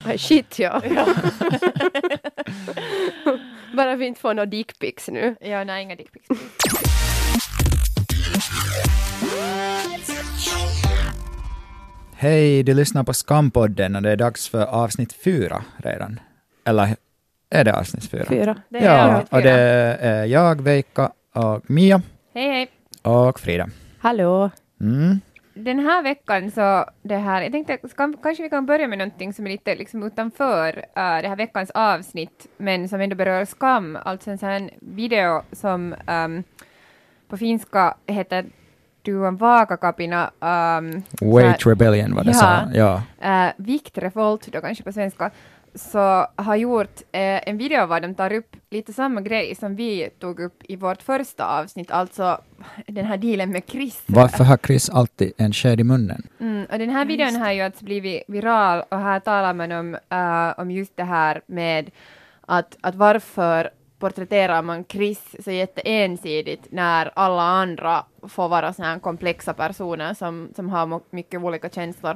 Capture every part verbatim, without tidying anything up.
Shit, ja. ja. Bara vi inte får några dickpics nu. Ja, nej, inga dickpics. Hej, du lyssnar på Skampodden och det är dags för avsnitt fyra redan. Eller är det avsnitt fyra? Fyra. Det är ja, avsnitt fyra. Och det är jag, Veikka och Mia. Hej, hej. Och Frida. Hallå. Mm. Den här veckan så det här, jag tänkte ska, kanske vi kan börja med någonting som är lite liksom utanför uh, det här veckans avsnitt, men som ändå berör skam, alltså en sån här video som um, på finska heter Tuon vaakakapina. Um, Weight Rebellion var det ja, så. Ja. Uh, Viktrevolt då kanske på svenska, så har gjort eh, en video var de tar upp lite samma grej som vi tog upp i vårt första avsnitt, alltså den här dealen med Chris. Varför har Chris alltid en sked i munnen? Mm, och den här videon har ju alltså blivit viral och här talar man om, uh, om just det här med att, att varför porträtterar man Chris så jätteensidigt när alla andra får vara såna här komplexa personer som, som har mycket olika känslor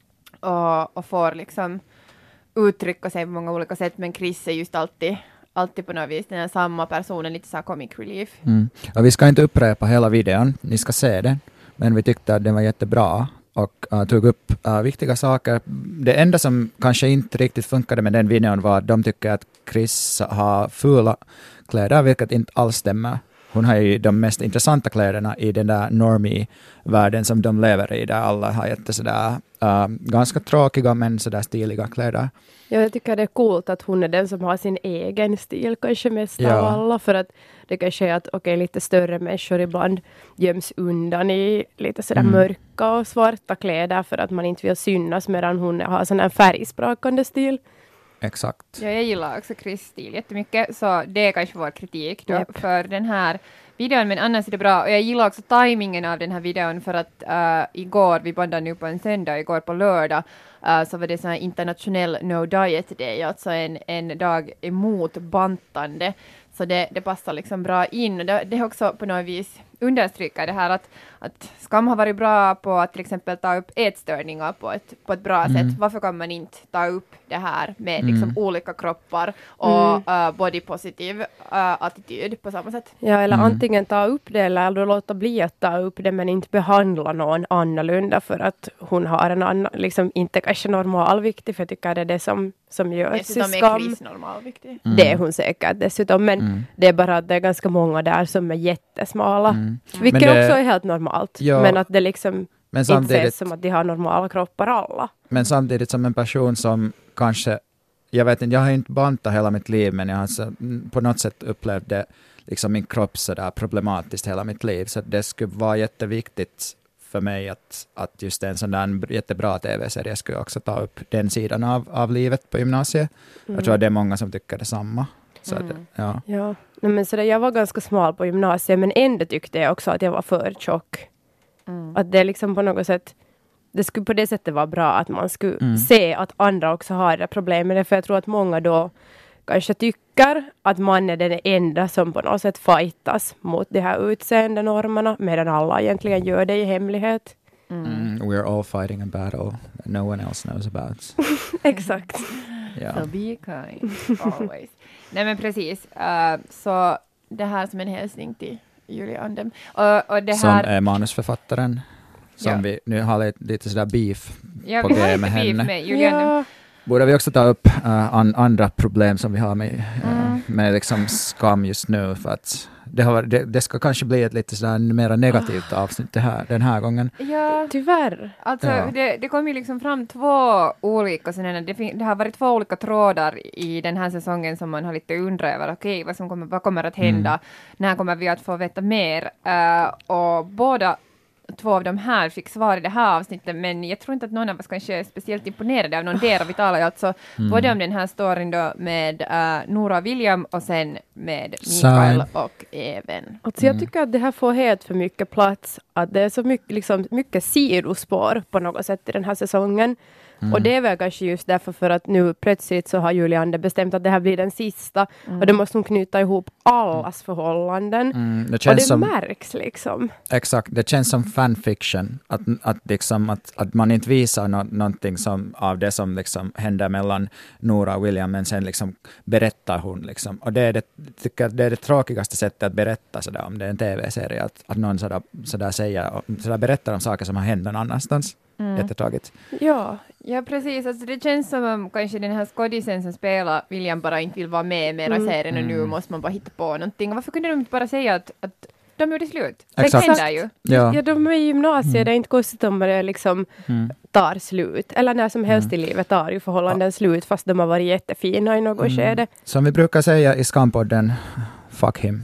och, och får liksom uttrycka sig på många olika sätt, men Chris är just alltid, alltid på något vis den här samma personen, lite så här comic relief. Mm. Och vi ska inte upprepa hela videon, ni ska se den, men vi tyckte att den var jättebra och uh, tog upp uh, viktiga saker. Det enda som kanske inte riktigt funkade med den videon var att de tycker att Chris har fula kläder, vilket inte alls stämmer. Hon har ju de mest intressanta kläderna i den där normie-världen som de lever i, där alla har jätte sådär, uh, ganska tråkiga men sådär stiliga kläder. Ja, jag tycker det är coolt att hon är den som har sin egen stil, kanske mest Ja. av alla, för att det kanske är att okej, lite större människor ibland göms undan i lite sådär Mm. mörka och svarta kläder för att man inte vill synas, medan hon har sån här färgsprakande stil. Exakt. Ja, jag gillar också Chris stil jättemycket, så det är kanske vår kritik då Yep. för den här videon, men annars är det bra. Och jag gillar också tajmingen av den här videon, för att uh, igår, vi bandade nu på en söndag, igår på lördag, uh, så var det sån här internationell no diet day, alltså en, en dag emot bantande. Så det, det passar liksom bra in. Och det, det är också på något vis understryka det här att, att Skam har varit bra på att till exempel ta upp ätstörningar på ett, på ett bra Mm. sätt. Varför kan man inte ta upp det här med Mm. liksom olika kroppar och Mm. uh, body positive uh, attityd på samma sätt? Ja, eller Mm. antingen ta upp det eller låta bli att ta upp det, men inte behandla någon annorlunda för att hon har en annan, liksom inte kanske normalviktig, för jag tycker det är det som, som gör Dessutom är skam. Chris normalviktig. Mm. Det är hon säkert dessutom, men Mm. det är bara att det är ganska många där som är jättesmala. Mm. Vilket Men det- också är helt normalt. Ja. Men att det liksom Men inte samtidigt, ses som att de har normala kroppar alla. men samtidigt som en person som kanske, jag vet inte, jag har inte bantat hela mitt liv, men jag har så, mm, på något sätt upplevt det, liksom min kropp så där problematiskt hela mitt liv, så det skulle vara jätteviktigt för mig att, att just en sån där jättebra tv-serie skulle också ta upp den sidan av, av livet på gymnasiet. Mm. Jag tror att det är många som tycker detsamma. Så Mm. att, ja. Ja, nej, men så det, jag var ganska smal på gymnasiet, men ändå tyckte jag också att jag var för tjock. Mm. Att det liksom på något sätt, det skulle på det sättet vara bra att man skulle Mm. se att andra också har det problemet, för jag tror att många då kanske tycker att man är den enda som på något sätt fightas mot de här utseendenormerna, medan alla egentligen gör det i hemlighet. Mm. Mm, we're all fighting a battle that no one else knows about. Exakt. Ja. So be kind, always. Nej men precis, uh, så det här som en hälsning till Julia Andem. Och, och det Som här, är manusförfattaren. Som Ja. vi nu har lite, lite sådär beef ja, på vi har G lite med beef henne. med Julia Andem. Ja, Borde vi också ta upp uh, an, andra problem som vi har med, uh, Mm. med liksom skam just nu, för att det, har, det, det ska kanske bli ett lite sådär mer negativt avsnitt det här, den här gången. Ja, tyvärr. alltså Ja. det, det kom ju liksom fram två olika sådana, det, fin- det har varit två olika trådar i den här säsongen som man har lite undrat över, okej, vad som kommer, vad kommer att hända, Mm. när kommer vi att få veta mer, uh, och båda två av de här fick svar i det här avsnittet, men jag tror inte att någon av oss kanske är speciellt imponerade av någon del. Vi talar ju alltså Mm. både om den här storyn då med uh, Nora och William och sen med Sam. Mikael och Even. Alltså jag Mm. tycker att det här får helt för mycket plats. Att det är så mycket, liksom, mycket sidospår på något sätt i den här säsongen. Mm. Och det är väl kanske just därför för att nu plötsligt så har Juliander bestämt att det här blir den sista. Mm. Och då måste hon knyta ihop allas förhållanden. Mm, det och det som, märks liksom. Exakt, det känns som fanfiction. Att, att, liksom, att, att man inte visar no, någonting som, av det som liksom händer mellan Nora och William, men sen liksom berättar hon. Liksom. Och det är det, tycker det är det tråkigaste sättet att berätta sådär, om det är en tv-serie. Att, att någon sådär, sådär, säger, sådär berättar om saker som har hänt någon annanstans. Mm. Jättetråkigt. Ja. Ja, precis. Alltså, det känns som om kanske den här skådisen som spelar William bara inte vill vara med med mm. serien och nu mm. måste man bara hitta på någonting. Och varför kunde de inte bara säga att, att de gjorde slut? Exakt. Det händer ju. Ja. ja, de är i gymnasiet. Mm. Det är inte konstigt om det liksom mm. tar slut. Eller när som helst mm. i livet tar ju förhållanden ja. slut fast de har varit jättefina i något mm. skede. Som vi brukar säga i Skampodden, fuck him.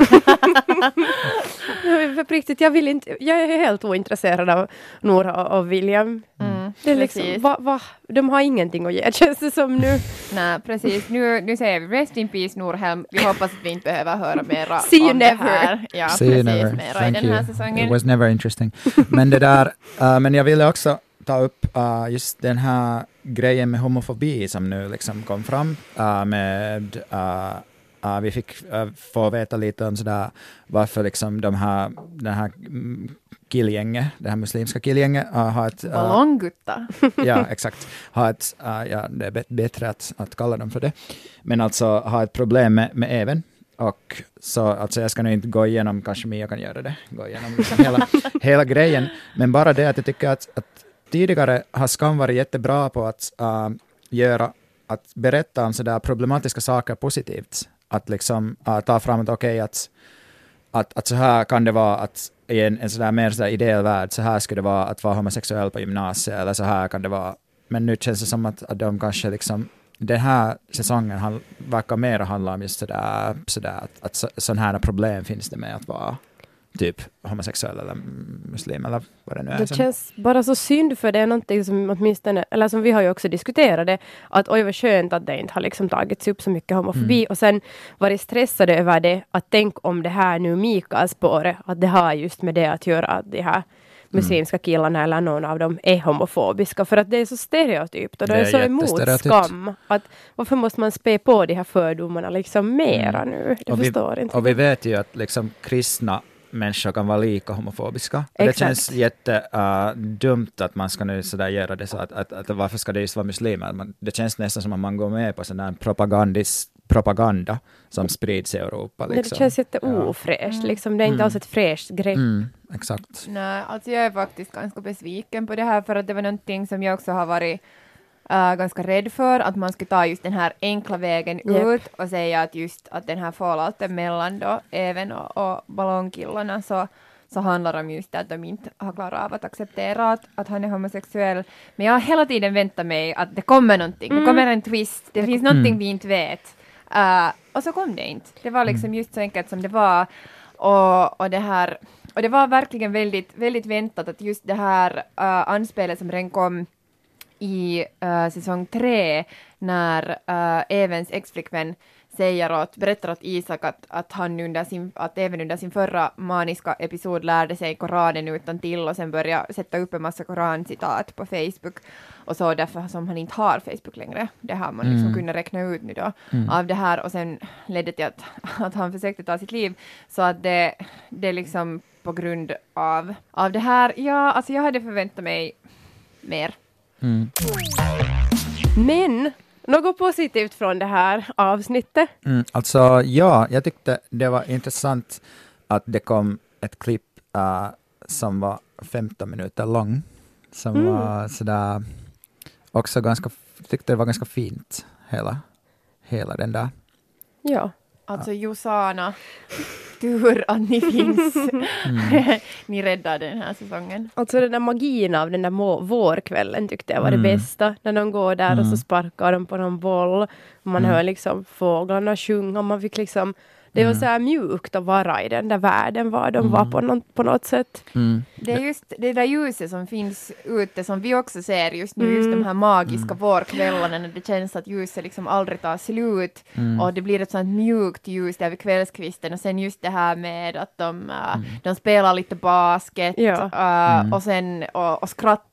För riktigt, jag, vill inte, jag är helt ointresserad av Nora och William. Mm, det är liksom, va, va, de har ingenting att ge, känns det som nu. Nej, precis. Nu, nu säger vi rest in peace Norhelm. Vi hoppas att vi inte behöver höra mera See you om never. det här. Ja, See you never. Mera i den här säsongen. It was never interesting. men det där, uh, men jag ville också ta upp uh, just den här grejen med homofobi som nu liksom kom fram uh, med uh, Uh, vi fick uh, få veta lite om sådär, varför liksom de här, den här killgänget, det här muslimska killgänget uh, har ett... Uh, Ballonggutta. ja, exakt. Har ett, uh, ja, det är bet- bättre att, att kalla dem för det. Men alltså har ett problem med, med även. Och så, alltså jag ska nu inte gå igenom, kanske Mia kan göra det, gå igenom liksom hela, hela grejen. Men bara det att jag tycker att, att tidigare har Skam varit jättebra på att uh, göra, att berätta om sådär problematiska saker positivt. Att liksom uh, ta fram att okej, okay, att, att, att så här kan det vara att i en, en sådär mer sådär ideell värld, så här skulle det vara att vara homosexuell på gymnasiet, eller så här kan det vara. Men nu känns det som att, att de kanske liksom, den här säsongen han, verkar mer handla om just sådär, sådär att, att så, sådana här problem finns det med att vara typ homosexuell eller muslim eller vad det nu är. Det känns bara så synd, för det är någonting som åtminstone, eller som vi har ju också diskuterat det, att oj vad skönt att det inte har liksom tagits upp så mycket homofobi mm. och sen varit stressade över det, att tänk om det här nu Mikael spåret, att det har just med det att göra att de här muslimska killarna eller någon av dem är homofobiska, för att det är så stereotypt och det, det är, är så emot skam att varför måste man spä på de här fördomarna liksom mera mm. nu, det och förstår vi, inte. Och vi vet ju att liksom kristna människor kan vara lika homofobiska. Det känns jättedumt uh, att man ska nu sådär göra det så att, att, att varför ska det just vara muslimer? Man, det känns nästan som att man går med på sån där propagandis, propaganda som sprids i Europa. Liksom. Det känns jätteofräscht. Ja. Liksom. Det är inte mm. alls ett fräscht grepp. Mm, exakt. Nej, alltså jag är faktiskt ganska besviken på det här, för att det var någonting som jag också har varit Uh, ganska rädd för, att man ska ta just den här enkla vägen yep. ut och säga att just att den här fallouten mellan då även och, och ballongkillarna så, så handlar om just att de inte har klarat av att acceptera att, att han är homosexuell. Men jag har hela tiden väntat mig att det kommer någonting, mm. det kommer en twist, det finns någonting mm. vi inte vet. Uh, och så kom det inte. Det var liksom mm. just så enkelt som det var. Och, och det här, och det var verkligen väldigt, väldigt väntat att just det här uh, anspelet som redan kom i uh, säsong tre, när uh, Evens ex-flickvän säger åt, berättar åt Isak att, att han under sin, att även under sin förra maniska episod lärde sig Koranen utan till och sen började sätta upp en massa Korancitat på Facebook och så, därför som han inte har Facebook längre. Det har man liksom mm. kunnat räkna ut nu då mm. av det här, och sen ledde till att, att han försökte ta sitt liv, så att det, det liksom på grund av, av det här, ja, alltså jag hade förväntat mig mer. Mm. Men något positivt från det här avsnittet? Mm, alltså ja, jag tyckte det var intressant att det kom ett klipp uh, som var femton minuter lång, som mm. var sådär också ganska, tyckte det var ganska fint hela, hela den där. Ja. Alltså Josana, tur att ni finns. Mm. Ni räddar den här säsongen. Alltså den där magin av den där må- vårkvällen tyckte jag var mm. det bästa. När de går där mm. och så sparkar de på någon boll. Man mm. hör liksom fåglarna sjunga. Man fick liksom, det var mm. så här mjukt att vara i den där världen, var de mm. var på, någon, på något sätt. Mm. Det är just det där ljuset som finns ute som vi också ser just nu, mm. just de här magiska mm. vårkvällarna när det känns att ljuset liksom aldrig tar slut mm. och det blir ett sånt mjukt ljus där vid kvällskvisten, och sen just det här med att de, uh, mm. de spelar lite basket ja. uh, mm. och sen och, och skrattar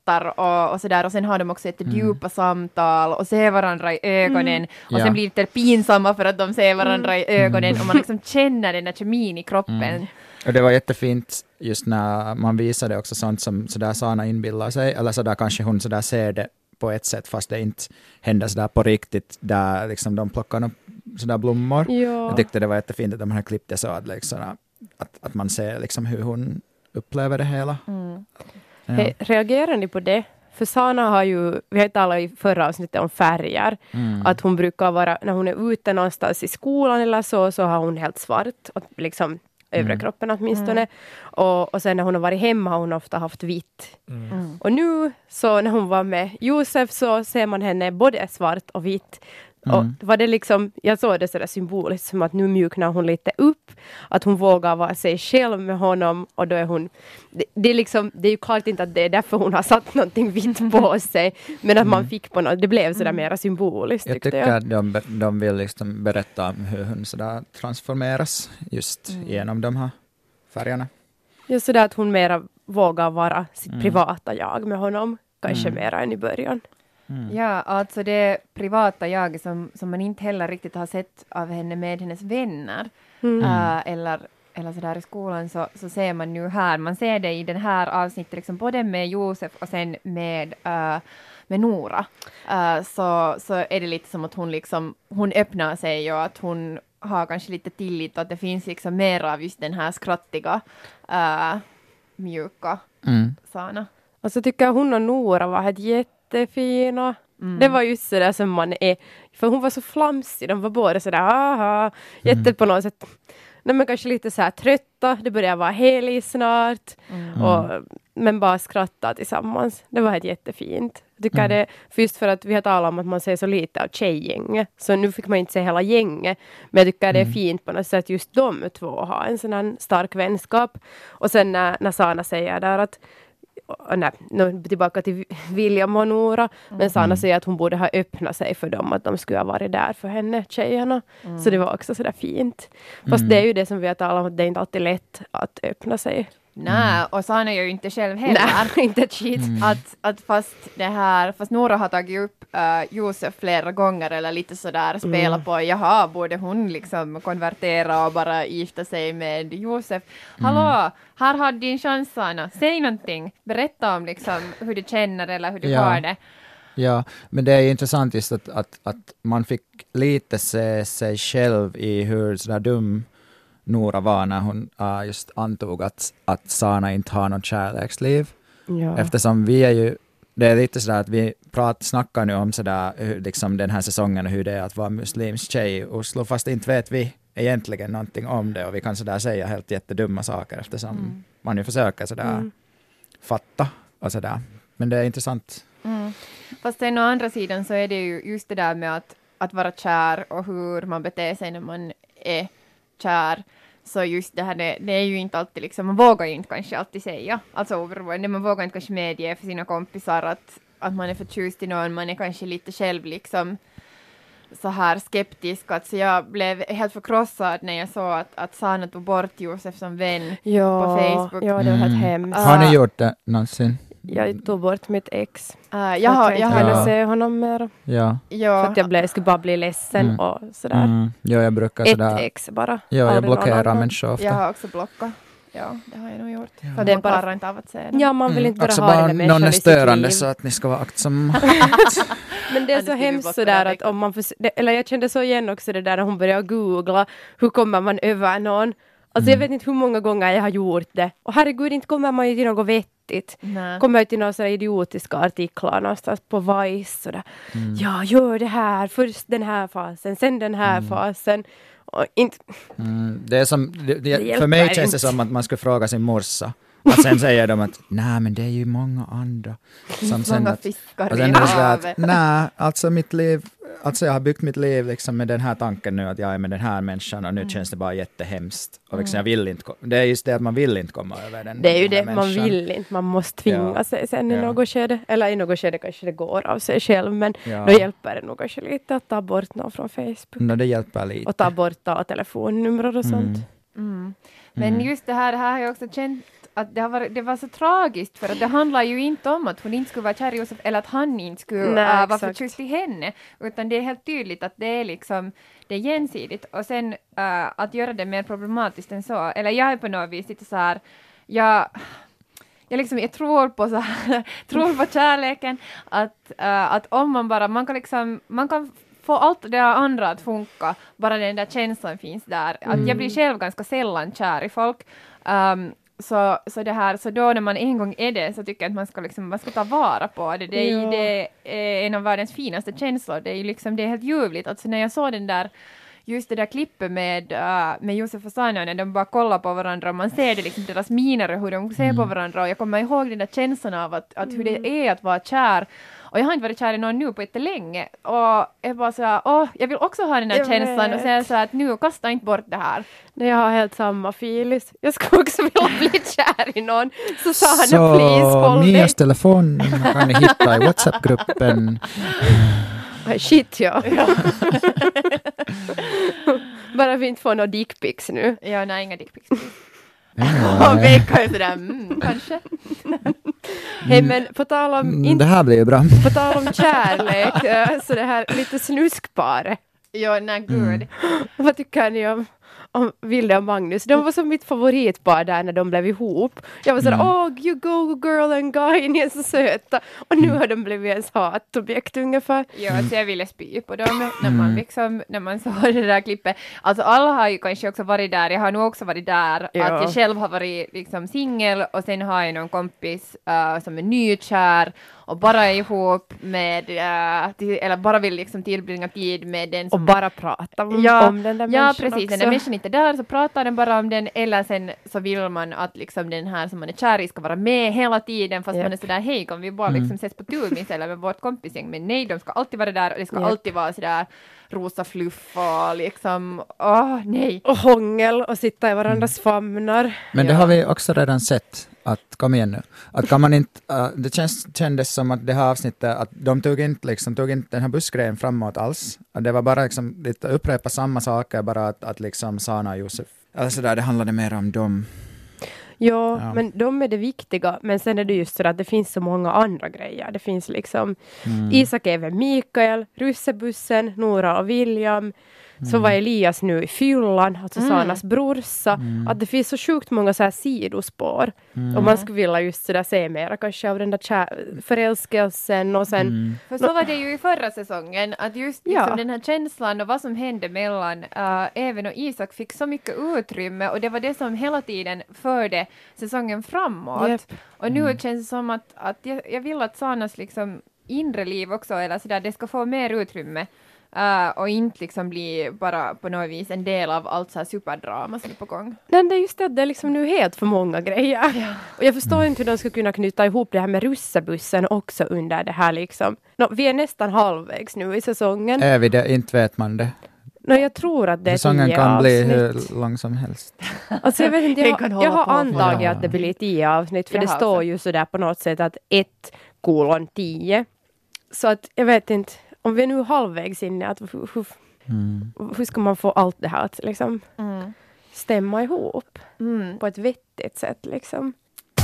skrattar och, och sådär och sen har de också ett djupa samtal och ser varandra i ögonen Mm. och Ja. sen blir det pinsamma för att de ser varandra i ögonen och man liksom känner den där kemin i kroppen. Mm. Och det var jättefint just när man visade också sånt som sådär Sana inbillar sig, eller sådär kanske hon sådär ser det på ett sätt fast det inte händer sådär på riktigt där liksom de plockar upp sådär blommor. Ja. Jag tyckte det var jättefint att de här klippte så att, liksom, att, att man ser liksom hur hon upplever det hela. Mm. Ja. He, reagerar ni på det? För Sana har ju, vi har talat i förra avsnittet om färger, Mm. att hon brukar vara, när hon är ute någonstans i skolan eller så, så har hon helt svart, och liksom övre Mm. kroppen åtminstone. Och, och sen när hon har varit hemma har hon ofta haft vitt. Mm. Och nu, så när hon var med Josef, så ser man henne både svart och vitt. Mm. Och var det liksom, jag såg det sådär symboliskt som att nu mjuknar hon lite upp, att hon vågar vara sig själv med honom, och då är hon, det, det är liksom, det är ju klart inte att det är därför hon har satt någonting vitt på sig, men att man fick på något, det blev sådär mera symboliskt Jag tyckte tycker jag. att de, de vill liksom berätta om hur hon sådär transformeras just genom de här färgerna. Just sådär att hon mera vågar vara sitt Mm. privata jag med honom, kanske Mm. mera än i början. Mm. Ja, alltså det privata jag som, som man inte heller riktigt har sett av henne med hennes vänner Mm. äh, eller, eller sådär i skolan så, så ser man nu här, man ser det i den här avsnittet liksom både med Josef och sen med, äh, med Nora äh, så, så är det lite som att hon liksom, hon öppnar sig och att hon har kanske lite tillit och att det finns liksom mer av just den här skrattiga äh, mjuka Mm. Sana. Och så tycker jag hon och Nora var helt jättefina. Mm. Det var just sådär som man är. För hon var så flamsig. De var båda sådär, aha, jätte på något sätt. Nej, men kanske lite så här trötta. Det börjar vara helg snart. Mm. Och, men bara skratta tillsammans. Det var helt jättefint. Jag tycker Mm. det, för just för att vi har talat om att man ser så lite av tjejgänget. Så nu fick man inte se hela gänget. Men jag tycker det är Mm. fint på något sätt just de två har en sån här stark vänskap. Och sen när, när Sana säger där att och nej, nu tillbaka till William och Nora. Men Sana Mm. säger att hon borde ha öppnat sig för dem. Att de skulle ha varit där för henne, tjejerna. Mm. Så det var också sådär fint. Fast Mm. det är ju det som vi har talat om. Att det är inte alltid lätt att öppna sig. Nej, och Sana gör ju inte själv heller. Nej, inte ett skit. Mm. Att, att fast det här, fast Nora har tagit upp uh, Josef flera gånger eller lite sådär spela Mm. på, jaha, borde hon liksom konvertera och bara gifta sig med Josef? Hallå, här har din chans Sana, säg någonting, berätta om liksom hur du känner eller hur du Ja. har det. Ja, men det är intressant just att, att, att man fick lite se sig själv i hur sådär dum Nora var när hon uh, just antog att, att Sana inte har något kärleksliv. Ja. Eftersom vi är ju, det är lite sådär att vi prat, snackar nu om sådär, hur, liksom den här säsongen och hur det är att vara muslimsk tjej i Oslo, fast inte vet vi egentligen någonting om det och vi kan sådär säga helt jättedumma saker eftersom Mm. man ju försöker sådär Mm. fatta och sådär. Men det är intressant. Mm. Fast sen å andra sidan så är det ju just det där med att, att vara kär och hur man beter sig när man är kär. Så just det här, det, det är ju inte alltid liksom, man vågar ju inte kanske alltid säga, alltså oberoende, man vågar inte kanske medge för sina kompisar att, att man är förtjust i någon, man är kanske lite själv liksom så här skeptisk, att så jag blev helt förkrossad när jag såg att, att Sana tog bort Josef som vän. Ja, på Facebook. ja, det var helt Mm. hemskt. Ah. Har ni gjort det någonsin? Jag tog bort mitt ex. Uh, Jag, jag har, jag jag inte har, ville Ja. se honom mer. Ja. ja, För att jag blev, skulle bara bli ledsen Mm. och sådär. Mm. Ja, jag brukar Ett sådär. ex bara. Ja, jag Aldrig någon blockerar annan. människor ofta. jag har också blockat. Ja, det har jag nog gjort. Ja. För att Det är man bara- klarar inte av att se det. Ja, man vill Mm. inte bara Också ha bara den här någon människan är i sitt störande liv. så att ni ska vara aktsamma. Men det är Ja, det så skulle vi hemskt blocka sådär direkt. att om man får, se- det, eller jag kände så igen också det där när hon började googla, hur kommer man över någon? Alltså jag vet inte hur många gånger jag har gjort det. Och herregud, inte kommer man ju till något vettigt. Nej. Kommer jag till några sådär idiotiska artiklar någonstans på Vice. Sådär. Mm. Ja, gör det här. Först den här fasen, sen den här fasen. Och inte, Mm, det är som, det, det, Det för hjälper mig känns det inte. som att man skulle fråga sin morsa. Och sen säger de att nej men det är ju många andra. Som sen Många att, fiskar och i sen är det så där havet. att nej, alltså mitt liv, alltså jag har byggt mitt liv liksom med den här tanken nu att jag är med den här människan och nu känns det bara jättehemskt. Och liksom jag vill inte, ko- det är just det att man vill inte komma över den. det är ju den här det, man människan. vill inte. Man måste tvinga Ja. sig sen i Ja. något skede. Eller i något skede kanske det går av sig själv. Men Ja. då hjälper det nog kanske lite att ta bort någon från Facebook. No, det hjälper lite. Och ta bort alla telefonnummer och sånt. Mm. Men Mm. just det här, det här har jag också känt att det, har varit, det var så tragiskt för att det handlar ju inte om att hon inte skulle vara kär i Josef eller att han inte skulle Nej, uh, vara exakt. förtjust i henne, utan det är helt tydligt att det är liksom det är gensidigt och sen uh, att göra det mer problematiskt än så, eller jag är på något vis lite så här, jag Jag, liksom, jag tror på så här, tror på kärleken, att, uh, att om man bara, man kan liksom, man kan få allt det andra att funka, bara den där känslan finns där. Mm. Att jag blir själv ganska sällan kär i folk. Um, så, så det här, så då när man en gång är det så tycker jag att man ska, liksom, man ska ta vara på det. Det är, Ja. det är en av världens finaste känslor. Det är, liksom, det är helt ljuvligt. Alltså när jag såg den där just det där klippet med, uh, med Josef och Sanna när de bara kollar på varandra och man ser det liksom deras miner och hur de ser Mm. på varandra och jag kommer ihåg den där känslan av att, att hur det är att vara kär och jag har inte varit kär i någon nu på jättelänge och jag bara så här, åh, jag vill också ha den där Jag känslan vet. och säga så här att nu, kasta inte bort det här. Nej, jag har helt samma feelis. Jag skulle också vilja bli kär i någon. Så sa han, Så please, håll dig. Mias telefon kan ni hitta i WhatsApp-gruppen. Ay, shit, ja. Bara vi inte får några dickpics nu. Ja, nej, inga dickpics. Ja. Och Becka är sådär, mm, kanske. Hej, men på tal om, Mm, inte Det här blir ju bra. på tal om kärlek, eh, så det här lite snuskpare. Ja, nej, gud. Vad tycker ni om, om Vilde och Magnus? De var som mitt favoritpar där när de blev ihop. Jag var sådär, Mm. åh, you go girl and guy, ni är så söta. Och nu har de blivit ens hatobjekt ungefär. Ja, så jag ville spy på dem när Mm. man liksom, när man såg det där klippet. Alltså alla har ju kanske också varit där, jag har nog också varit där, Ja. att jag själv har varit liksom singel och sen har jag någon kompis uh, som är nykär och bara är ihop med, uh, till, eller bara vill liksom tillbringa tid med den Och som bara prata om, Ja, om den där ja, människan precis. också. När den människan inte är där så pratar den bara om den eller sen så vill man att liksom den här som man är kär i ska vara med hela tiden fast Japp. man är sådär, hej, kan vi bara Mm. liksom ses på turmis eller med vårt kompisgäng, men nej, de ska alltid vara där och det ska Japp. alltid vara sådär rosa fluff och liksom, åh nej. Och hångel och sitta i varandras famnar. Men det Ja. har vi också redan sett. Att, kom igen nu. Att kan man inte, uh, det känns, kändes som att det här avsnittet, att de tog inte, liksom, tog inte den här bussgrejen framåt alls. Att det var bara liksom, lite upprepa samma saker, bara att, att liksom Sana och Josef, eller sådär, det handlade mer om dem. Ja, Ja. men de är det viktiga. Men sen är det just så att det finns så många andra grejer. Det finns liksom Mm. Isak, även Mikael, Russebussen, Nora och William. Så var Elias nu i fyllan, alltså Mm. Sanas brorsa. Att det finns så sjukt många så här sidospår. Och man skulle vilja just så där se mera kanske av den där kär- förälskelsen och sen Mm. För så var det ju i förra säsongen, att just Ja. liksom den här känslan och vad som hände mellan uh, Even och Isak fick så mycket utrymme och det var det som hela tiden förde säsongen framåt. Japp. Och nu känns det som att, att jag, jag vill att Sanas liksom inre liv också, eller sådär, det ska få mer utrymme. Uh, och inte liksom bli bara på något vis en del av allt så här superdrama som är på gång. Men det är just det, det är liksom nu helt för många grejer. Och jag förstår inte hur de skulle kunna knyta ihop det här med russebussen också under det här liksom. Nå, vi är nästan halvvägs nu i säsongen. Är vi det? Inte vet man det. Nå, jag tror att det är Säsongen tio kan bli avsnitt. hur lång som helst. Alltså jag vet inte, Den jag, kan jag hålla har på antagit för- att det blir tio avsnitt. För Jag det har står också. ju sådär på något sätt att ett kolon tio. Så att jag vet inte, om vi är nu halvvägs inne, att hur, hur, Mm. hur ska man få allt det här att liksom Mm. stämma ihop Mm. på ett vettigt sätt liksom.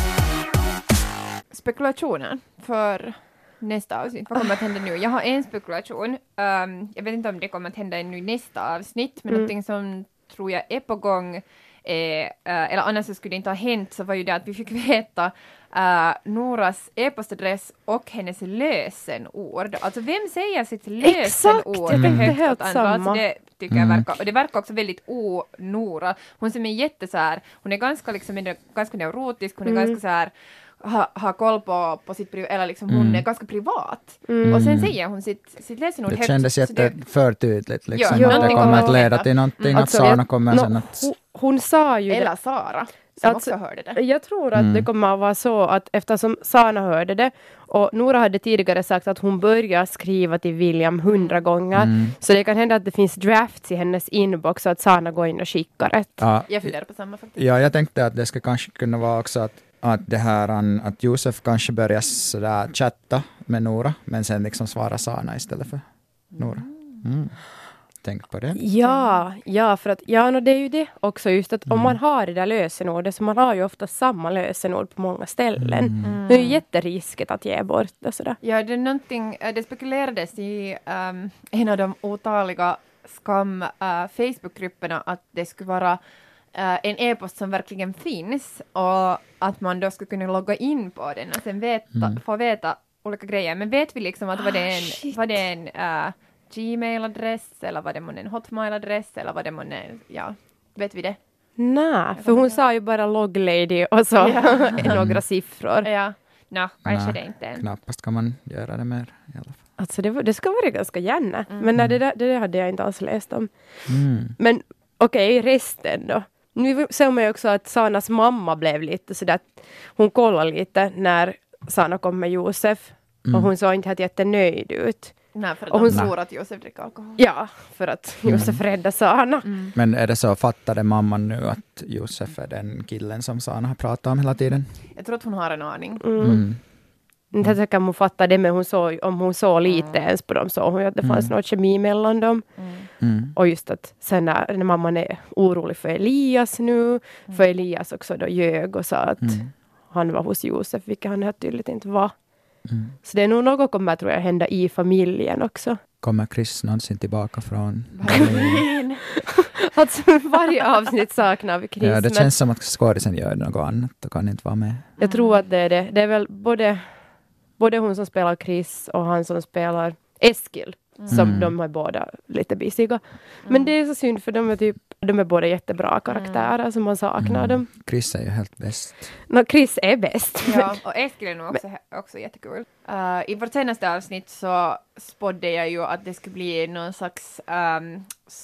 Spekulationer för nästa avsnitt. Vad kommer att hända nu? Jag har en spekulation. Um, jag vet inte om det kommer att hända ännu i nästa avsnitt, men Mm. någonting som tror jag är på gång, är, uh, eller annars så skulle det inte ha hänt, så var ju det att vi fick veta uh, Noras e-postadress och hennes lösenord. Alltså vem säger sitt lösenord jag tänkte högt helt åt andra? Alltså samma. det tycker Mm. jag verkar, och det verkar också väldigt o-Nora. Hon som är jätte så här, hon är ganska liksom, är ganska neurotisk, hon är Mm. ganska så här ha, ha koll på, på sitt privat, eller liksom hon Mm. är ganska privat. Mm. Och sen säger hon sitt, sitt lösenord Det högt. kändes så det- jätte för tydligt. Liksom. Ja, att det någonting kommer kommer att att leda hända. till någonting, Mm. att Alltså, Sana jag- kommer nå, sen att... hon, hon sa ju det. Eller Sara, som Alltså, också hörde det. Jag tror att Mm. det kommer att vara så att eftersom Sana hörde det och Nora hade tidigare sagt att hon börjar skriva till William hundra gånger, Mm. så det kan hända att det finns drafts i hennes inbox så att Sana går in och skickar ett. Ja, Jag funderar på samma faktiskt. ja, jag tänkte att det ska kanske kunna vara också att, att det här an- att Josef kanske börjar sådär chatta med Nora, men sen liksom svara Sana istället för Nora. Mm. tänkt på det? Ja, ja, för att ja, no, det är ju det också just att mm. om man har det där lösenordet, så man har ju ofta samma lösenord på många ställen. Mm. Det är ju jätterisket att ge bort det sådär. Ja, det är någonting, det spekulerades i um, en av de otaliga skam uh, Facebookgrupperna att det skulle vara uh, en e-post som verkligen finns och att man då skulle kunna logga in på den och sen veta, mm. få veta olika grejer. Men vet vi liksom att var det en, var det en uh, Gmail-adress eller var det en Hotmail-adress eller var det en, ja, vet vi det? Nej, för hon sa ju bara log-lady och så ja. några siffror. Ja, no, kanske Nej, det inte än. Knappast kan man göra det mer i alla fall. Alltså det, det ska vara ganska gärna. Mm. Men nej, det, där, det där hade jag inte alls läst om. Mm. Men okej, okay, resten då. Nu ser man ju också att Sanas mamma blev lite sådär att hon kollade lite när Sana kom med Josef. Mm. Och hon såg inte helt jättenöjd ut. Nej, för att och hon hon tror att Josef dricker alkohol. Ja, för att Josef mm. räddade Sana. Mm. Men är det så, fattade mamman nu att Josef är den killen som Sana har pratat om hela tiden? Jag tror att hon har en aning. Mm. Mm. Inte mm. kan hon fatta det, men hon såg, om hon såg lite mm. ens på dem så hon att det fanns mm. något kemi mellan dem. Mm. Mm. Och just att sen när, när mamman är orolig för Elias nu, mm. för Elias också då ljög och sa att mm. han var hos Josef, vilket han helt tydligt inte var. Mm. Så det är nog något kommer, tror jag, hända i familjen också. Kommer Chris någonsin tillbaka från Berlin? Alltså varje avsnitt saknar vi Chris. Ja, det känns som att skådisen gör något annat och kan inte vara med. Jag tror att det är det. Det är väl både, både hon som spelar Chris och han som spelar Eskil. Mm. Som mm. de är båda lite bisiga. Mm. Men det är så synd för de är typ de är båda jättebra karaktärer mm. som man saknar mm. dem. Chris är ju helt bäst. No, Chris är bäst. Ja, och Eskil är nog också, också jättekul. Uh, I vårt senaste avsnitt så spådde jag ju att det skulle bli någon slags um,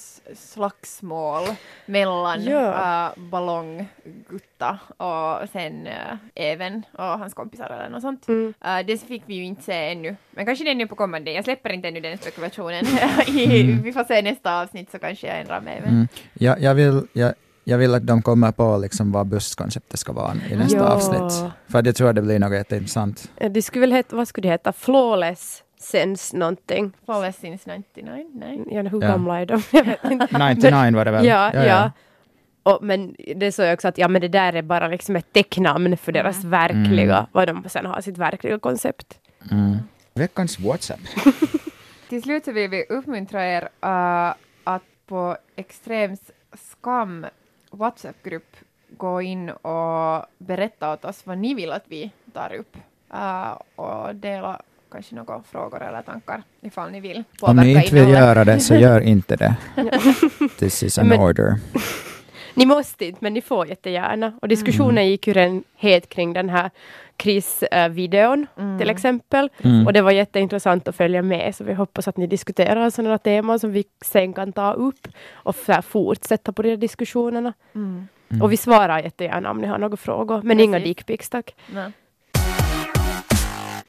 slagsmål mellan ja. uh, Ballonggutta och sen uh, Even och hans kompisar eller något sånt. Mm. Uh, det fick vi ju inte se ännu. Men kanske det är nu på kommande. Jag släpper inte ännu den spekulationen. I, mm. Vi får se nästa avsnitt så kanske jag ändrar mig. Mm. Ja, jag, vill, jag, jag vill att de kommer på liksom vad busskonceptet ska vara i nästa ja. avsnitt. För jag tror att det blir något jätteintressant. Det skulle väl heta, vad skulle det heta? Flawless Sense någonting. Flawless Since nittionio? Nej. Ja, hur ja. gamla är de? Jag vet inte. nittionio var det väl? Ja, ja. ja. Och, men det så också att ja, men det där är bara liksom ett tecknamn för deras mm. verkliga, mm. vad de sen har sitt verkliga koncept. Mm. Veckans WhatsApp. Till slut så vill vi uppmuntra er uh, att på Extrems skam WhatsApp-grupp gå in och berätta åt oss vad ni vill att vi tar upp uh, och dela kanske några frågor eller tankar ifall ni vill. Om ni inte vill göra det så gör inte det. This is an men, order. Ni måste inte, men ni får jättegärna. Och diskussionen mm. gick ju redan het kring den här Chris-videon mm. till exempel. Mm. Och det var jätteintressant att följa med. Så vi hoppas att ni diskuterar sådana teman som vi sen kan ta upp och fortsätta på de här diskussionerna. Mm. Mm. Och vi svarar jättegärna om ni har några frågor. Men Precis. Inga dickpics, tack. Nej.